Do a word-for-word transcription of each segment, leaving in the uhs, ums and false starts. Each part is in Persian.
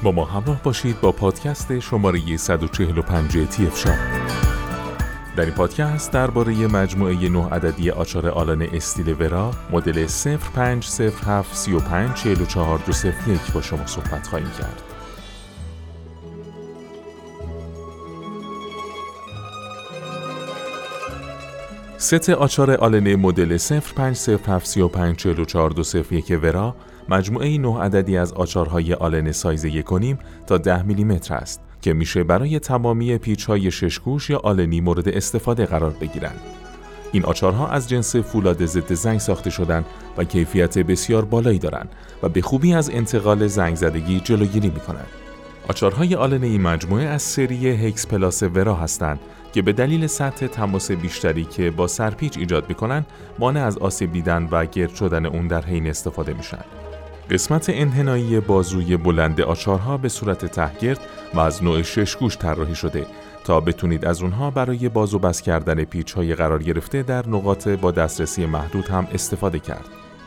با ما همراه باشید با پادکست شماره صد و چهل و پنج تی اف شاپ. در این پادکست درباره مجموعه نه عددی آچار آلن استیل ورا مدل صفر پنج صفر هفت سه پنج چهار چهار دو صفر یک با شما صحبت خواهیم کرد. ست آچار آلن مدل صفر پنج صفر هفت سه پنج چهار چهار دو صفر یک ورا مجموعه نه عددی از آچارهای آلن سایز یک و نیم تا ده میلیمتر است که میشه برای تمامی پیچ‌های شش گوش یا آلنی مورد استفاده قرار بگیرند. این آچارها از جنس فولاد ضد زنگ ساخته شدند و کیفیت بسیار بالایی دارند و به خوبی از انتقال زنگ زدگی جلوگیری می‌کنند. آچارهای آلن این مجموعه از سری هکس پلاس ورا هستند که به دلیل سطح تماس بیشتری که با سرپیچ ایجاد می‌کنند مانع از آسیب دیدن و گرد شدن اون در حین استفاده میشن. قسمت انحنایی بازوی بلند آچارها به صورت تهگرد و از نوع شش گوش طراحی شده تا بتونید از اونها برای باز و بس کردن پیچ‌های قرار گرفته در نقاط با دسترسی محدود هم استفاده کرد.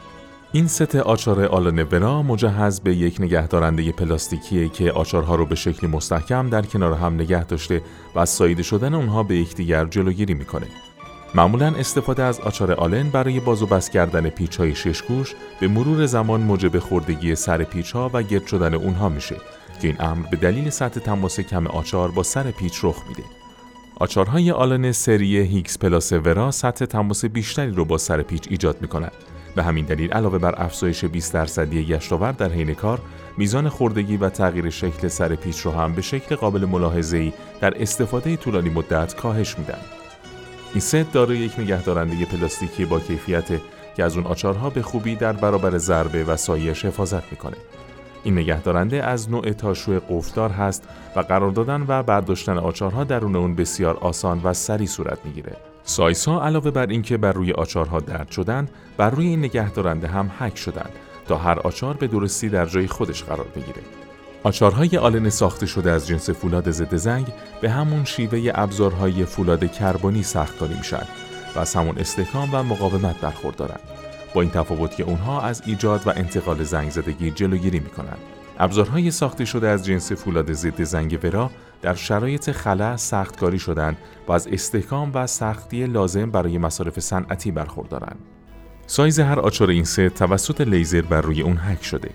این ست آچار آلن ورا مجهز به یک نگهدارنده پلاستیکیه که آچارها رو به شکلی مستحکم در کنار هم نگه داشته و از ساییده شدن اونها به یکدیگر جلوگیری میکنه. معمولاً استفاده از آچار آلن برای باز و بس کردن پیچ‌های شش گوش به مرور زمان موجب خوردگی سر پیچ‌ها و گرد شدن اونها میشه که این امر به دلیل سطح تماس کم آچار با سر پیچ رخ میده. آچارهای آلن سری هیکس پلاس ورا سطح تماس بیشتری رو با سر پیچ ایجاد میکنن. به همین دلیل علاوه بر افزایش بیست درصدی گشت‌آور در حین کار، میزان خوردگی و تغییر شکل سر پیچ رو هم به شکل قابل ملاحظه‌ای در استفاده طولانی مدت کاهش میدن. این ست دارای یک نگهدارنده پلاستیکی با کیفیت که از اون آچارها به خوبی در برابر ضربه و سایش حفاظت میکنه. این نگهدارنده از نوع تاشو قفلدار هست و قرار دادن و برداشتن آچارها درون اون بسیار آسان و سریع صورت میگیره. سایس‌ها علاوه بر اینکه بر روی آچارها درج شدن، بر روی این نگهدارنده هم حک شدن تا هر آچار به درستی در جای خودش قرار بگیره. آچارهای آلن ساخته شده از جنس فولاد ضد زنگ به همون شیوه ابزارهای فولاد کربنی ساختاری میشن و از همون استحکام و مقاومت برخوردارن، با این تفاوت که اونها از ایجاد و انتقال زنگ زدگی جلوگیری میکنن. ابزارهای ساخته شده از جنس فولاد ضد زنگ ورا در شرایط خلا سختکاری شدن و از استحکام و سختی لازم برای مصارف صنعتی برخوردارن. سایز هر آچار این ست توسط لیزر بر روی اون حک شده.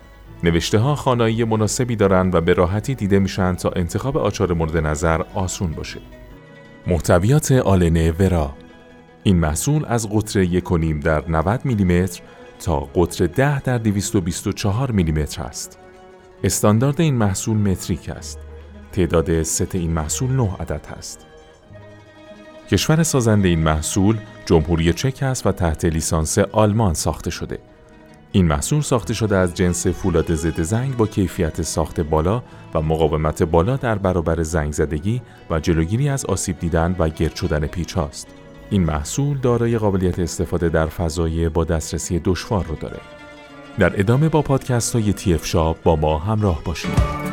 نوشته ها خوانایی مناسبی دارند و به راحتی دیده میشن تا انتخاب آچار مورد نظر آسون باشه. محتویات آلن ورا: این محصول از قطر یک و نیم در نود میلیمتر تا قطر ده در دویست و بیست و چهار میلیمتر است. استاندارد این محصول متریک است. تعداد ست این محصول نه عدد است. کشور سازنده این محصول جمهوری چک است و تحت لیسانس آلمان ساخته شده. این محصول ساخته شده از جنس فولاد ضد زنگ با کیفیت ساخت بالا و مقاومت بالا در برابر زنگ زدگی و جلوگیری از آسیب دیدن و گرد شدن پیچ هاست. این محصول دارای قابلیت استفاده در فضای با دسترسی دشوار رو داره. در ادامه با پادکست های تی اف شاپ با ما همراه باشید.